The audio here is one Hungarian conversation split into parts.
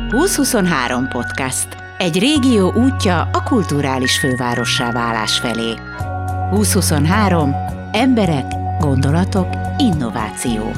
2023 podcast. Egy régió útja a kulturális fővárossá válás felé. 2023. Emberek, gondolatok, innováció.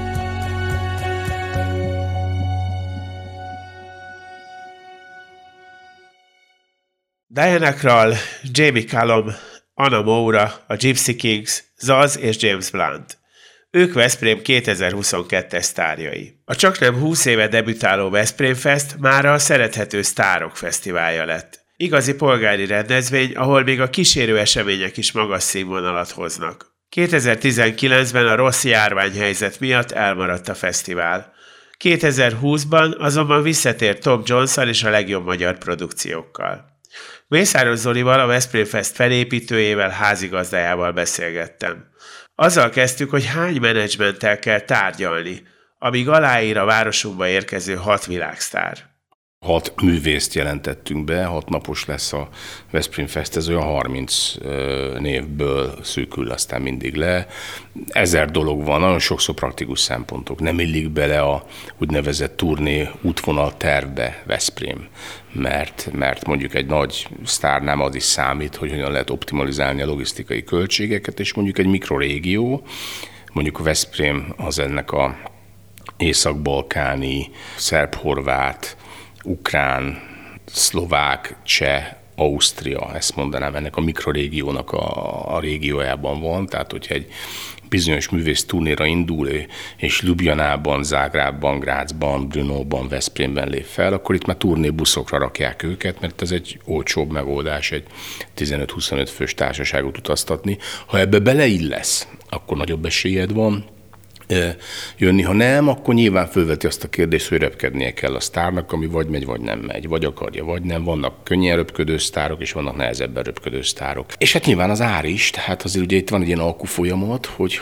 Diana Krall, Jamie Cullum, Anna Moura, a Gypsy Kings, Zaz és James Blunt. Ők Veszprém 2022-es sztárjai. A csaknem 20 éve debütáló Veszprém Fest mára a Szerethető Sztárok Fesztiválja lett. Igazi polgári rendezvény, ahol még a kísérő események is magas színvonalat hoznak. 2019-ben a rossz járványhelyzet miatt elmaradt a fesztivál. 2020-ban azonban visszatért Tom Jones-szal és a legjobb magyar produkciókkal. Mészáros Zolival, a Veszprém Fest felépítőjével, házigazdájával beszélgettem. Azzal kezdtük, hogy hány menedzsmenttel kell tárgyalni, amíg aláír a városunkba érkező 6 világsztár. 6 művészt jelentettünk be, 6 napos lesz a Veszprém Fest, ez olyan 30 névből szűkül aztán mindig le. 1000 dolog van, nagyon sokszor praktikus szempontok. Nem illik bele a úgynevezett turné útvonal tervbe Veszprém, mert mondjuk egy nagy sztárnál az is számít, hogy hogyan lehet optimalizálni a logisztikai költségeket, és mondjuk egy mikrorégió, mondjuk a Veszprém az ennek a észak-balkáni, szerb-horvát, ukrán, szlovák, cseh, Ausztria, ezt mondanám, ennek a mikrorégiónak a régiójában van, tehát hogyha egy bizonyos művész turnéra indul, és Ljubljanában, Zágrábban, Grazban, Brnóban, Veszprémben lép fel, akkor itt már turnébuszokra rakják őket, mert ez egy olcsóbb megoldás, egy 15-25 fős társaságot utaztatni. Ha ebbe beleillesz, akkor nagyobb esélyed van jönni, ha nem, akkor nyilván fölveti azt a kérdést, hogy röpkednie kell a sztárnak, ami vagy megy, vagy nem megy, vagy akarja, vagy nem. Vannak könnyen röpködő sztárok, és vannak nehezebben röpködő sztárok. És hát nyilván az ár is, tehát azért ugye itt van egy ilyen alkufolyamat, hogy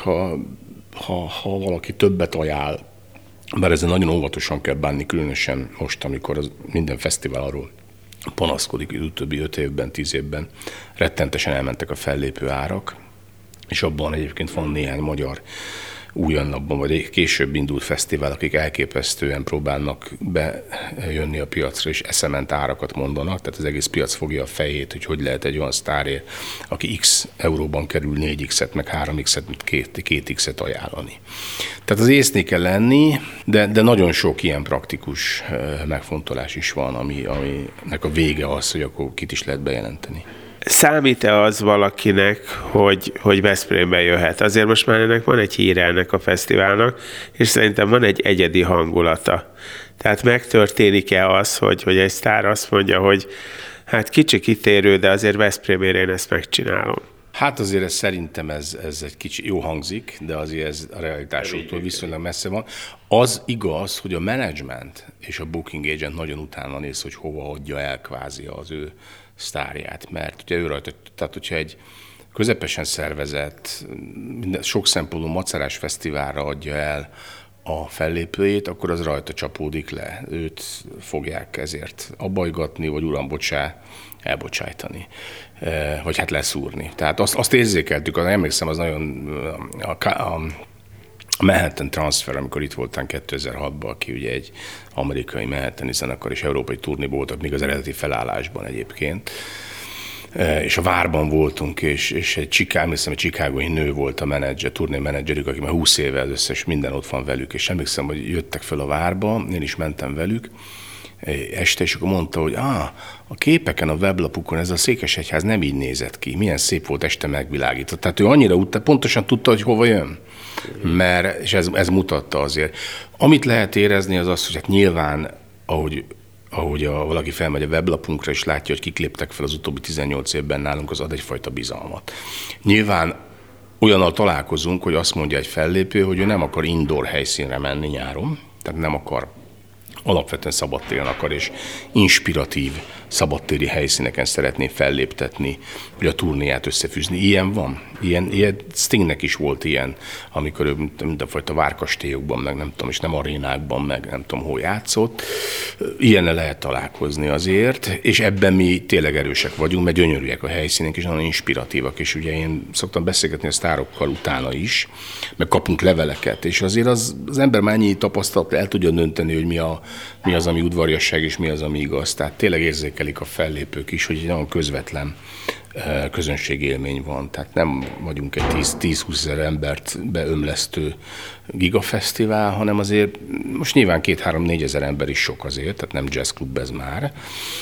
ha valaki többet ajánl, bár ezzel nagyon óvatosan kell bánni, különösen most, amikor minden fesztivál arról panaszkodik, hogy az utóbbi 5 évben, 10 évben rettentesen elmentek a fellépő árak, és abban egyébként van néhány magyar újannapban vagy később indult fesztivál, akik elképesztően próbálnak bejönni a piacra, és eszement árakat mondanak, tehát az egész piac fogja a fejét, hogy lehet egy olyan sztárért, aki x euróban kerül 4x-et, meg 3x-et, meg 2x-et ajánlani. Tehát az észnél kell lenni, de nagyon sok ilyen praktikus megfontolás is van, aminek a vége az, hogy akkor kit is lehet bejelenteni. Számít-e az valakinek, hogy Veszprémbe jöhet? Azért most már ennek van egy híre ennek a fesztiválnak, és szerintem van egy egyedi hangulata. Tehát megtörténik-e az, hogy egy sztár azt mondja, hogy hát kicsi kitérő, de azért Veszprémért én ezt megcsinálom. Hát azért szerintem ez egy kicsi jó hangzik, de azért ez a realitásoktól viszonylag messze van. Az igaz, hogy a menedzsment és a booking agent nagyon utána néz, hogy hova adja el kvázi az ő sztárját, mert ugye ő rajta, tehát hogyha egy közepesen szervezett, sok szempontból macerás fesztiválra adja el a fellépőjét, akkor az rajta csapódik le. Őt fogják ezért abbajgatni, vagy uram, bocsá, elbocsájtani, vagy hát leszúrni. Tehát azt érzékeltük, emlékszem, az nagyon a Manhattan Transfer, amikor itt voltán 2006-ban, aki ugye egy amerikai manhattani zenekar és európai turné voltak, még az eredeti felállásban egyébként. És a Várban voltunk, és egy chicagói nő volt a menedzser, turné menedzserük, aki már 20 éve az összes minden ott van velük, és emlékszem, hogy jöttek fel a Várba, én is mentem velük este, és akkor mondta, hogy a képeken, a weblapukon ez a Székesegyház nem így nézett ki, milyen szép volt este megvilágított. Tehát ő annyira pontosan tudta, hogy hova jön. És ez mutatta azért. Amit lehet érezni, az az, hogy hát nyilván, ahogy valaki felmegy a weblapunkra, és látja, hogy kik léptek fel az utóbbi 18 évben nálunk, az ad egyfajta bizalmat. Nyilván olyannal találkozunk, hogy azt mondja egy fellépő, hogy ő nem akar indoor helyszínre menni nyáron, tehát nem akar, alapvetően szabadtéren akar, és inspiratív szabadtéri helyszíneken szeretné felléptetni, hogy a turnéját összefűzni. Ilyen van. Ilyen Stingnek is volt ilyen, amikor ő mindenfajta várkastélyokban, meg nem tudom, és nem arénákban, meg nem tudom, hol játszott. Ilyennel lehet találkozni azért, és ebben mi tényleg erősek vagyunk, mert gyönyörűek a helyszínek, és nagyon inspiratívak, és ugye én szoktam beszélgetni a sztárokkal utána is, meg kapunk leveleket, és azért az ember már ennyi tapasztalat el tudja dönteni, hogy mi az, ami udvariasság, és mi az, ami igaz. Tehát tényleg érzékelik a fellépők is, hogy egy nagyon közvetlen közönségélmény van. Tehát nem vagyunk egy 10-20 ezer embert beömlesztő gigafesztivál, hanem azért most nyilván 2-3-4 ezer ember is sok azért, tehát nem jazzklub ez már,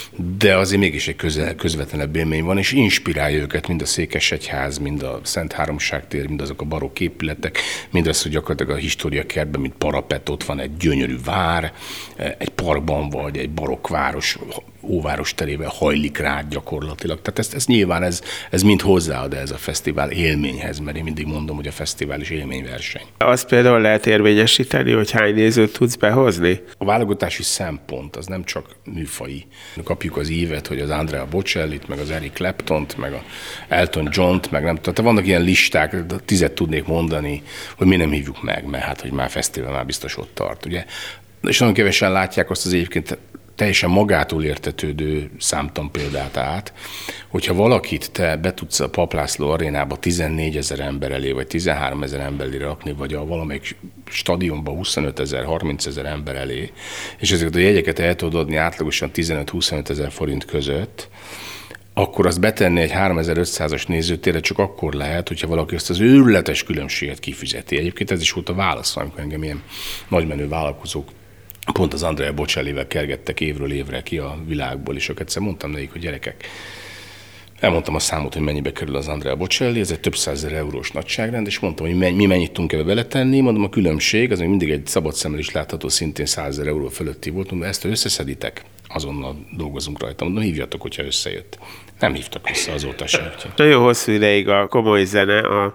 de azért mégis egy közvetlenebb élmény van, és inspirálja őket mind a Székesegyház, mind a Szent Háromságtér, mind azok a barokk épületek, mindaz, hogy gyakorlatilag a História kertben, mint parapet, ott van egy gyönyörű vár, egy parkban vagy, egy barokk város, óváros terével hajlik rá gyakorlatilag. Tehát ez nyilván ez mind hozzáad ez a fesztivál élményhez, mert én mindig mondom, hogy a fesztivál is élményverseny. Azt például lehet érvényesíteni, hogy hány nézőt tudsz behozni? A válogatási szempont az nem csak műfaji. Kapjuk az ívet, hogy az Andrea Bocellit, meg az Eric Claptont, meg az Elton Johnt, meg nem tudom. Tehát vannak ilyen listák, 10 tudnék mondani, hogy mi nem hívjuk meg, mert hát, hogy már fesztivál már biztos ott tart, ugye? És nagyon kevesen látják azt az egyébként teljesen magától értetődő számtan példát át, hogyha valakit te be tudsz a Papp László arénába 14 000 ember elé, vagy 13 000 ember elé rakni, vagy a valamelyik stadionba 25 000, 30 000 ember elé, és ezeket a jegyeket el tudod adni átlagosan 15-25 000 forint között, akkor azt betenni egy 3500-as nézőtérre csak akkor lehet, hogyha valaki ezt az őrületes különbséget kifizeti. Egyébként ez is volt a válasz, amikor engem ilyen nagymenő vállalkozók pont az Andrea Bocellivel kergettek évről évre ki a világból, és akkor egyszer mondtam nekik, hogy gyerekek, elmondtam a számot, hogy mennyibe kerül az Andrea Bocelli, ez egy több százezer eurós nagyságrend, és mondtam, hogy mi mennyit tudunk ebbe beletenni, mondom, a különbség, az még mindig egy szabad szemmel is látható, szintén 100 000 euró fölötti volt, mondom, ezt összeszeditek, azonnal dolgozunk rajta, mondom, hívjatok, hogyha összejött. Nem hívtak vissza azóta sem. Nagyon hosszú ideig a komoly zene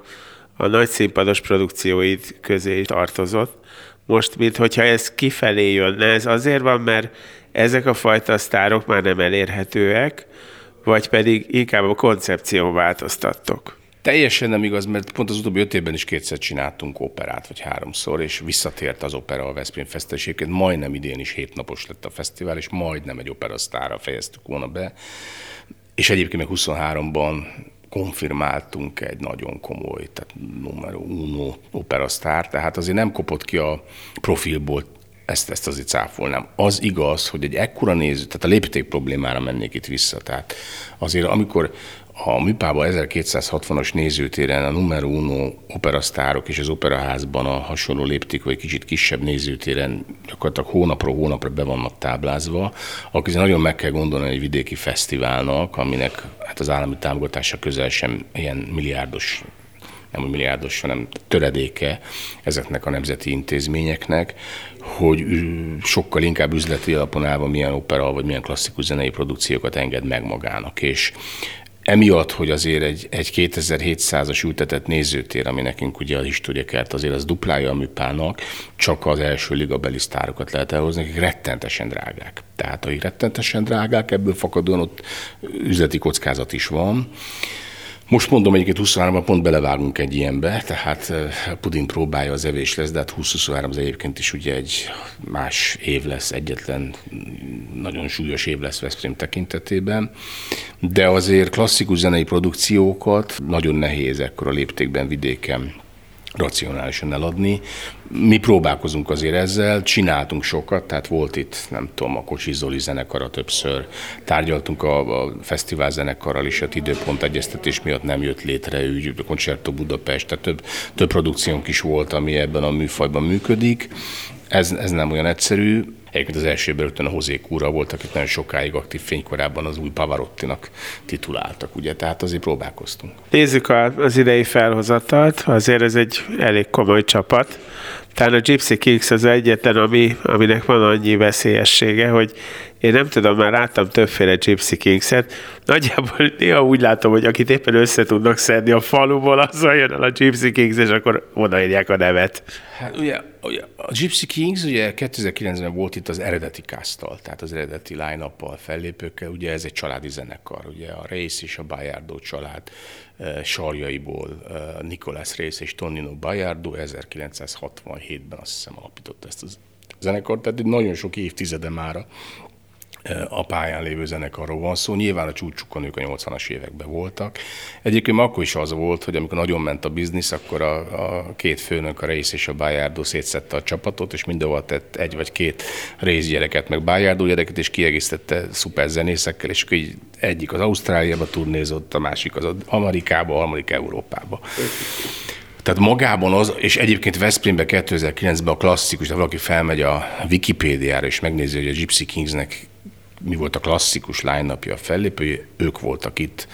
a nagy színpados produkcióid közé tartozott. Most, minthogyha ez kifelé jönne, ez azért van, mert ezek a fajta sztárok már nem elérhetőek, vagy pedig inkább a koncepción változtattok? Teljesen nem igaz, mert pont az utóbbi 5 évben is 2-szer csináltunk operát, vagy 3-szor, és visszatért az opera a Veszprém Fesztivál. Majdnem idén is 7 napos lett a fesztivál, és majdnem egy operasztárra fejeztük volna be. És egyébként meg 23-ban konfirmáltunk egy nagyon komoly, tehát numero uno operasztár, tehát azért nem kopott ki a profilból, ezt azért cáfolnám. Az igaz, hogy egy ekkora néző, tehát a lépték problémára mennék itt vissza, tehát azért amikor a Műpában 1260-as nézőtéren a numero uno operasztárok és az operaházban a hasonló lépték, vagy kicsit kisebb nézőtéren gyakorlatilag hónapról hónapra be vannak táblázva, akkor nagyon meg kell gondolni egy vidéki fesztiválnak, aminek hát az állami támogatása közel sem ilyen milliárdos, nem milliárdos, hanem töredéke ezeknek a nemzeti intézményeknek, hogy sokkal inkább üzleti alapon állva milyen opera vagy milyen klasszikus zenei produkciókat enged meg magának. És emiatt, hogy azért egy 2700-as ültetett nézőtér, ami nekünk ugye a História kert, azért az duplája a Műpának, csak az első ligabeli sztárokat lehet elhozni, akik rettentesen drágák. Tehát akik rettentesen drágák, ebből fakadóan ott üzleti kockázat is van. Most mondom, egyébként 23-ban pont belevágunk egy ilyenbe, tehát a puding próbája az evés lesz, de hát 2023 az egyébként is ugye egy más év lesz, egyetlen nagyon súlyos év lesz Veszprém tekintetében, de azért klasszikus zenei produkciókat nagyon nehéz ekkora léptékben vidéken racionálisan eladni. Mi próbálkozunk azért ezzel, csináltunk sokat, tehát volt itt, nem tudom, a Kocsis Zoli zenekara többször, tárgyaltunk a fesztivál zenekarral is, a időpont egyeztetés miatt nem jött létre ügy, a Concerto Budapest, tehát több produkciónk is volt, ami ebben a műfajban működik. Ez nem olyan egyszerű. Egyébként az elsőben rögtön a José Cura volt, akit nagyon sokáig aktív fénykorában az új Pavarottinak tituláltak, ugye, tehát azért próbálkoztunk. Nézzük az idei felhozatalt, azért ez egy elég komoly csapat. Talán a Gypsy Kings az egyetlen, aminek van annyi veszélyessége, hogy Én nem tudom, már láttam többféle Gypsy Kings-et. Nagyjából néha úgy látom, hogy akit éppen össze tudnak szedni a faluból, azzal jön el a Gypsy Kings, és akkor odaírják a nevet. Hát ugye a Gypsy Kings ugye 2009-ben volt itt az eredeti cast-tal, tehát az eredeti line-uppal, fellépőkkel, ugye ez egy családi zenekar, ugye a Race és a Bayardo család sarjaiból Nicolas Race és Tonino Bayardo 1967-ben azt hiszem alapította ezt a zenekart, tehát nagyon sok évtizede mára a pályán lévő zenekarról van szó. Nyilván a csúcsukon ők a 80-as években voltak. Egyébként akkor is az volt, hogy amikor nagyon ment a biznisz, akkor a két főnök, a Race és a Bayardo szétszette a csapatot, és mindenhol tett egy vagy két Race gyereket, meg Bayardo gyereket, és kiegészítette szuper zenészekkel, és akkor így egyik az Ausztráliába turnézott, a másik az Amerikába, a harmadik Európába. Tehát magában az, és egyébként Veszprémben 2009-ben a klasszikus, de valaki felmegy a Wikipédiára, és megnézi, hogy a Gypsy Kingsnek mi volt a klasszikus line-upja, a fellépői, ők voltak itt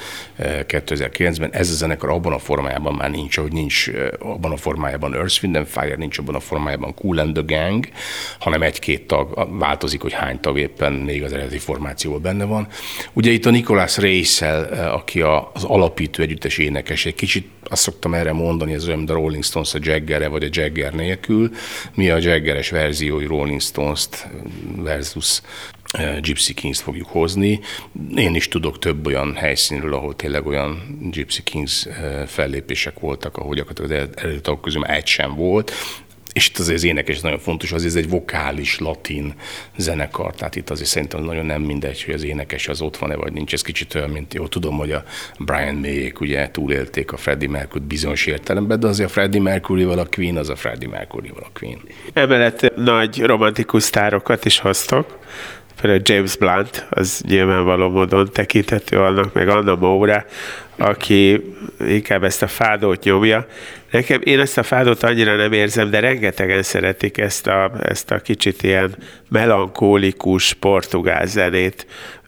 2009-ben. Ez a zenekar abban a formájában már nincs, ahogy nincs abban a formájában Earth, Wind & Fire, nincs abban a formájában Kool and the Gang, hanem egy-két tag, változik, hogy hány tag éppen még az eredeti formációban benne van. Ugye itt a Nicolas Race-el, aki az alapító együttes énekes, egy kicsit azt szoktam erre mondani, ez olyan, mint a Rolling Stones a Jaggerre, vagy a Jagger nélkül. Mi a Jaggeres verziói Rolling Stones-t versus Gypsy Kings fogjuk hozni. Én is tudok több olyan helyszínről, ahol tényleg olyan Gypsy Kings fellépések voltak, ahol gyakorlatilag az eredeti tagok közül egy sem volt. És itt azért az énekes nagyon fontos, azért ez egy vokális, latin zenekar, tehát itt azért szerintem nagyon nem mindegy, hogy az énekes az ott van-e, vagy nincs. Ez kicsit olyan, mint jó, tudom, hogy a Brian May-ék ugye túlélték a Freddie Mercury bizonyos értelemben, de azért a Freddie Mercury-val a Queen, az a Freddie Mercury-val a Queen. Emellett nagy romantikus sztárokat is hoztok. Például James Blunt, az nyilvánvaló módon tekinthető annak, meg Anna Moura, aki inkább ezt a fádót nyomja. Nekem én ezt a fádót annyira nem érzem, de rengetegen szeretik ezt a kicsit ilyen melankólikus portugál zenét.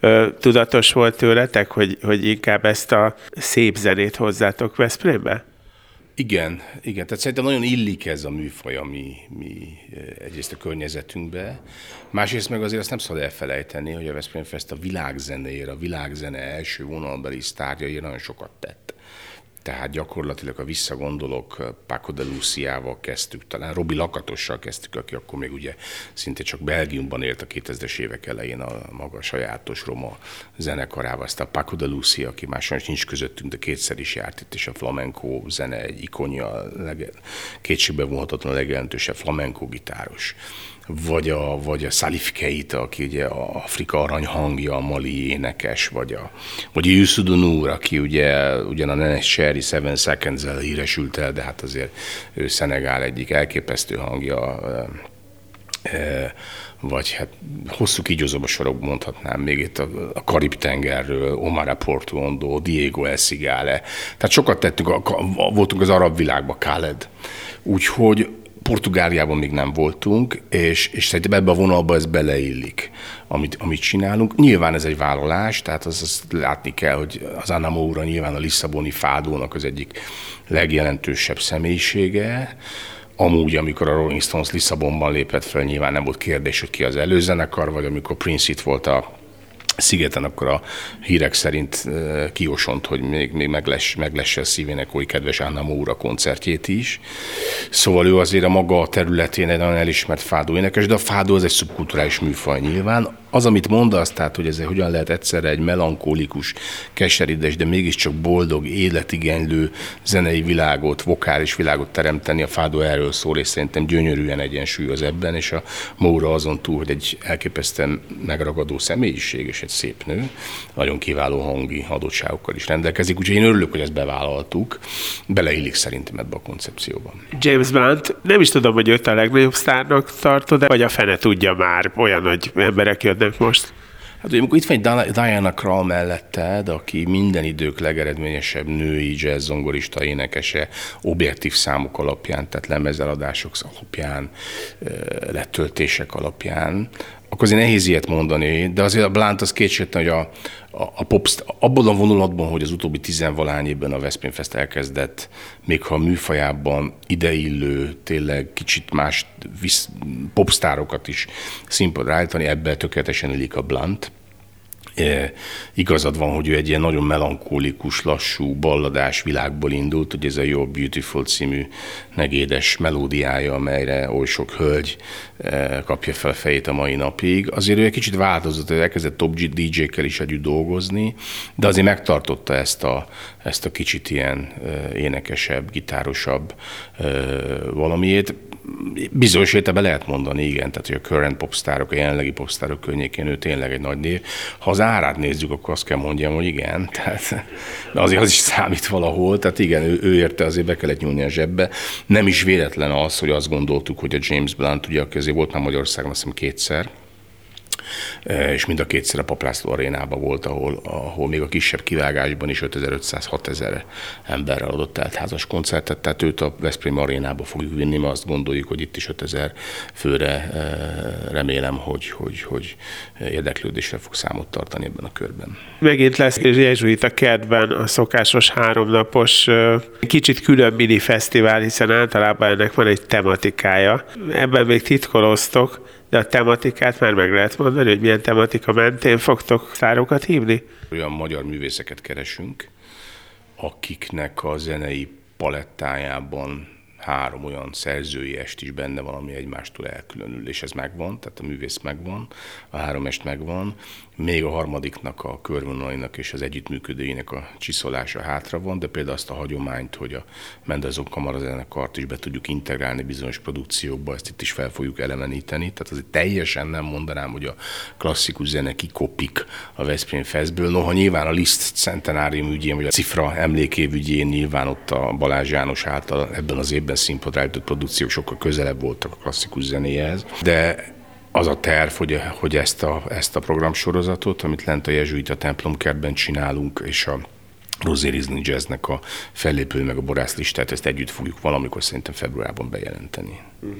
Tudatos volt tőletek, hogy inkább ezt a szép zenét hozzátok Veszprémbe? Igen, tehát szerintem nagyon illik ez a műfaj, ami egyrészt a környezetünkbe, másrészt meg azért azt nem szabad elfelejteni, hogy a Veszprém Fest a világzenéért, a világzene első vonalbeli sztárjaiért nagyon sokat tett. Tehát gyakorlatilag, ha visszagondolok, Paco de Luciával kezdtük, talán Robi Lakatossal kezdtük, aki akkor még ugye szinte csak Belgiumban élt a 2000-es évek elején a maga sajátos roma zenekarával. Aztán Paco de Lucia, aki már sajnos nincs közöttünk, de kétszer is járt itt, és a flamenco zene egy ikonja, kétségbe vonhatatlan a legjelentősebb flamenco gitáros. Vagy a Salif Keita, aki ugye a Afrika arany hangja, a mali énekes, vagy a Youssou N'Dour, aki ugyan a Nene Cherry 7 Seconds-el híresült el, de hát azért ő Szenegál egyik elképesztő hangja, vagy hát hosszú kígyózóba sorok mondhatnám még itt a Karib-tengerről, Omar Portuondo, Diego El Cigale. Tehát sokat tettünk, voltunk az arab világban, Khaled. Úgyhogy Portugáliában még nem voltunk, és szerintem ebbe a vonalba ez beleillik, amit csinálunk. Nyilván ez egy vállalás, tehát azt látni kell, hogy az Anna Moura nyilván a lisszaboni fádónak az egyik legjelentősebb személyisége. Amúgy, amikor a Rolling Stones Lisszabonban lépett fel, nyilván nem volt kérdés, hogy ki az előzenekar, vagy amikor Prince itt volt a szigeten, akkor a hírek szerint kiosont, hogy még meglesse a szívének oly kedves Anna Moura koncertjét is. Szóval ő azért a maga területén egy nagyon elismert fádó énekes, de a fádó az egy szubkulturális műfaj nyilván. Az, amit mondasz, tehát, hogy ezzel hogyan lehet egyszerre egy melankólikus, keserédes, de mégiscsak boldog, életigenlő zenei világot, vokális világot teremteni, a fádó erről szól, és szerintem gyönyörűen egyensúlyoz ebben, és a Moura azon túl, hogy egy elképesztően megragadó személyiség, és egy szép nő, nagyon kiváló hangi adottságokkal is rendelkezik, úgyhogy én örülök, hogy ezt bevállaltuk, beleillik szerintem ebbe a koncepcióban. James Blunt, nem is tudom, hogy őt a legnagyobb sztárnak tartod, vagy a fene tudja már, olyan nagy emberek jönnek most. Hát ugye, amikor itt van egy Diana Krall melletted, aki minden idők legeredményesebb női jazz zongorista énekese, objektív számok alapján, tehát lemezeladások alapján, letöltések alapján, akkor azért nehéz ilyet mondani, de azért a Blunt az kétségtelen, hogy abban a vonulatban, hogy az utóbbi 10-valány évben a Veszprém Fest elkezdett, még ha a műfajában ideillő, tényleg kicsit más popsztárokat is színpadra állítani, ebben tökéletesen illik a Blunt. Igazad van, hogy ő egy ilyen nagyon melankólikus, lassú, balladás világból indult, hogy ez a You're Beautiful című negédes melódiája, amelyre oly sok hölgy kapja fel a fejét a mai napig. Azért ő egy kicsit változott, elkezdett top DJ-kkel is együtt dolgozni, de azért megtartotta ezt a kicsit ilyen énekesebb, gitárosabb valamiét. Bizonyos értelemben lehet mondani, igen, tehát hogy a current popstárok, a jelenlegi popstárok környékén ő tényleg egy nagy név. Ha az árát nézzük, akkor azt kell mondjam, hogy igen, tehát, de azért az is számít valahol, tehát igen, ő érte, azért be kellett nyúlni a zsebbe. Nem is véletlen az, hogy azt gondoltuk, hogy a James Blunt, ugye, aki azért volt már Magyarországon, azt hiszem kétszer, és mind a kétszer a Papp László arénában volt, ahol még a kisebb kivágásban is 5500-6000 emberrel adott teltházas koncertet, tehát őt a Veszprém arénába fogjuk vinni, mert azt gondoljuk, hogy itt is 5000 főre remélem, hogy érdeklődésre fog számot tartani ebben a körben. Megint lesz jezsuita kertben a szokásos 3 napos, kicsit külön mini fesztivál, hiszen általában ennek van egy tematikája. Ebben még titkoloztok, de a tematikát már meg lehet mondani, hogy milyen tematika mentén fogtok sztárokat hívni? Olyan magyar művészeket keresünk, akiknek a zenei palettájában 3 olyan szerzői est is benne van, ami egymástól elkülönül, és ez megvan, tehát a művész megvan, a 3 est megvan, még a harmadiknak, a körvonalainak és az együttműködőinek a csiszolása hátra van, de például azt a hagyományt, hogy a Mendelssohn kamarazenekart is be tudjuk integrálni bizonyos produkciókba, ezt itt is fel fogjuk eleveníteni, tehát azért teljesen nem mondanám, hogy a klasszikus zene kikopik a Veszprém Festből, noha nyilván a Liszt centenárium ügyén, vagy a Cifra emlékév ügyén nyilván ott a Balázs János által ebben az évben színpadra állított produkciók sokkal közelebb voltak a klasszikus zenéhez, de az a terv, hogy ezt a programsorozatot, amit lent a jezsuita templomkertben csinálunk, és a Rosé Riesling Jazznek a fellépő meg a borászlistát, ezt együtt fogjuk valamikor szerintem februárban bejelenteni.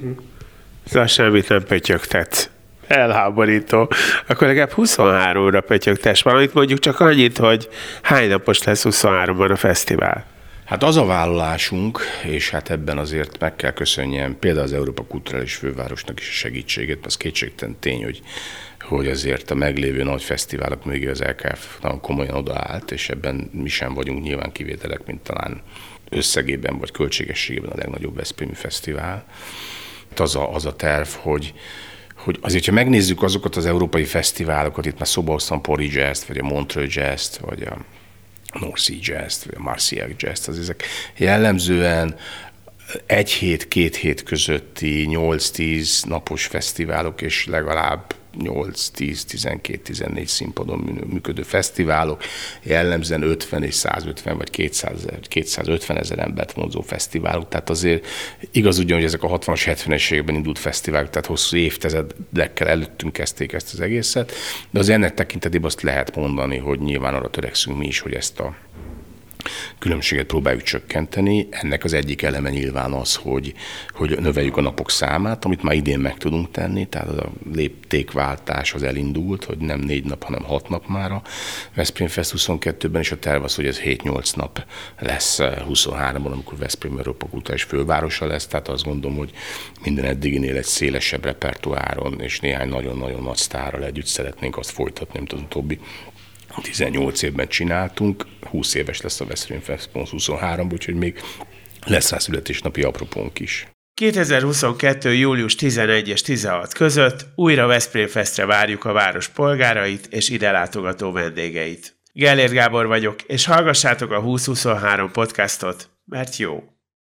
Szóval semmit nem pötyögtetsz. Elháborító. Akkor legalább 23-ra pötyögtess valamit, mondjuk csak annyit, hogy hány napos lesz 23-ban a fesztivál? Hát az a vállalásunk, és hát ebben azért meg kell köszönjem például az Európa Kulturális Fővárosnak is a segítségét, mert az kétségtelen tény, hogy azért a meglévő nagy fesztiválok mögé az LKF nagyon komolyan odaállt, és ebben mi sem vagyunk nyilván kivételek, mint talán összegében vagy költségességében a legnagyobb veszprémi fesztivál. Az a terv, hogy azért, ha megnézzük azokat az európai fesztiválokat, itt már szóba hoztam Pori Jazz-t, vagy a Montreux Jazz-t, vagy a North Sea Jazz-t, vagy a Marciac Jazz-t, az ezek jellemzően 1 hét, 2 hét közötti 8-10 napos fesztiválok, és legalább 8-10-12-14 színpadon működő fesztiválok, jellemzően 50 és 150 vagy 250 ezer embert vonzó fesztiválok. Tehát azért igaz ugyan, hogy ezek a 60-as, 70-es években indult fesztiválok, tehát hosszú évtizedekkel előttünk kezdték ezt az egészet, de az ennek tekintetében azt lehet mondani, hogy nyilván arra törekszünk mi is, hogy ezt a különbséget próbáljuk csökkenteni. Ennek az egyik eleme nyilván az, hogy növeljük a napok számát, amit már idén meg tudunk tenni, tehát a léptékváltás az elindult, hogy nem 4 nap, hanem 6 nap már a Veszprém Fest 22-ben, és a terv az, hogy ez 7-8 nap lesz 23-ban, amikor Veszprém Európa Kulturális Fővárosa lesz, tehát azt gondolom, hogy minden eddiginél egy szélesebb repertoáron és néhány nagyon-nagyon nagy sztárral együtt szeretnénk azt folytatni, mint az utóbbi 18 évben csináltunk, 20 éves lesz a Veszprém Fest 23-ban, úgyhogy még lesz rá születésnapi apropónk is. 2022. július 11 és 16 között újra Veszprém Festre várjuk a város polgárait és ide látogató vendégeit. Gellért Gábor vagyok, és hallgassátok a 2023 podcastot, mert jó.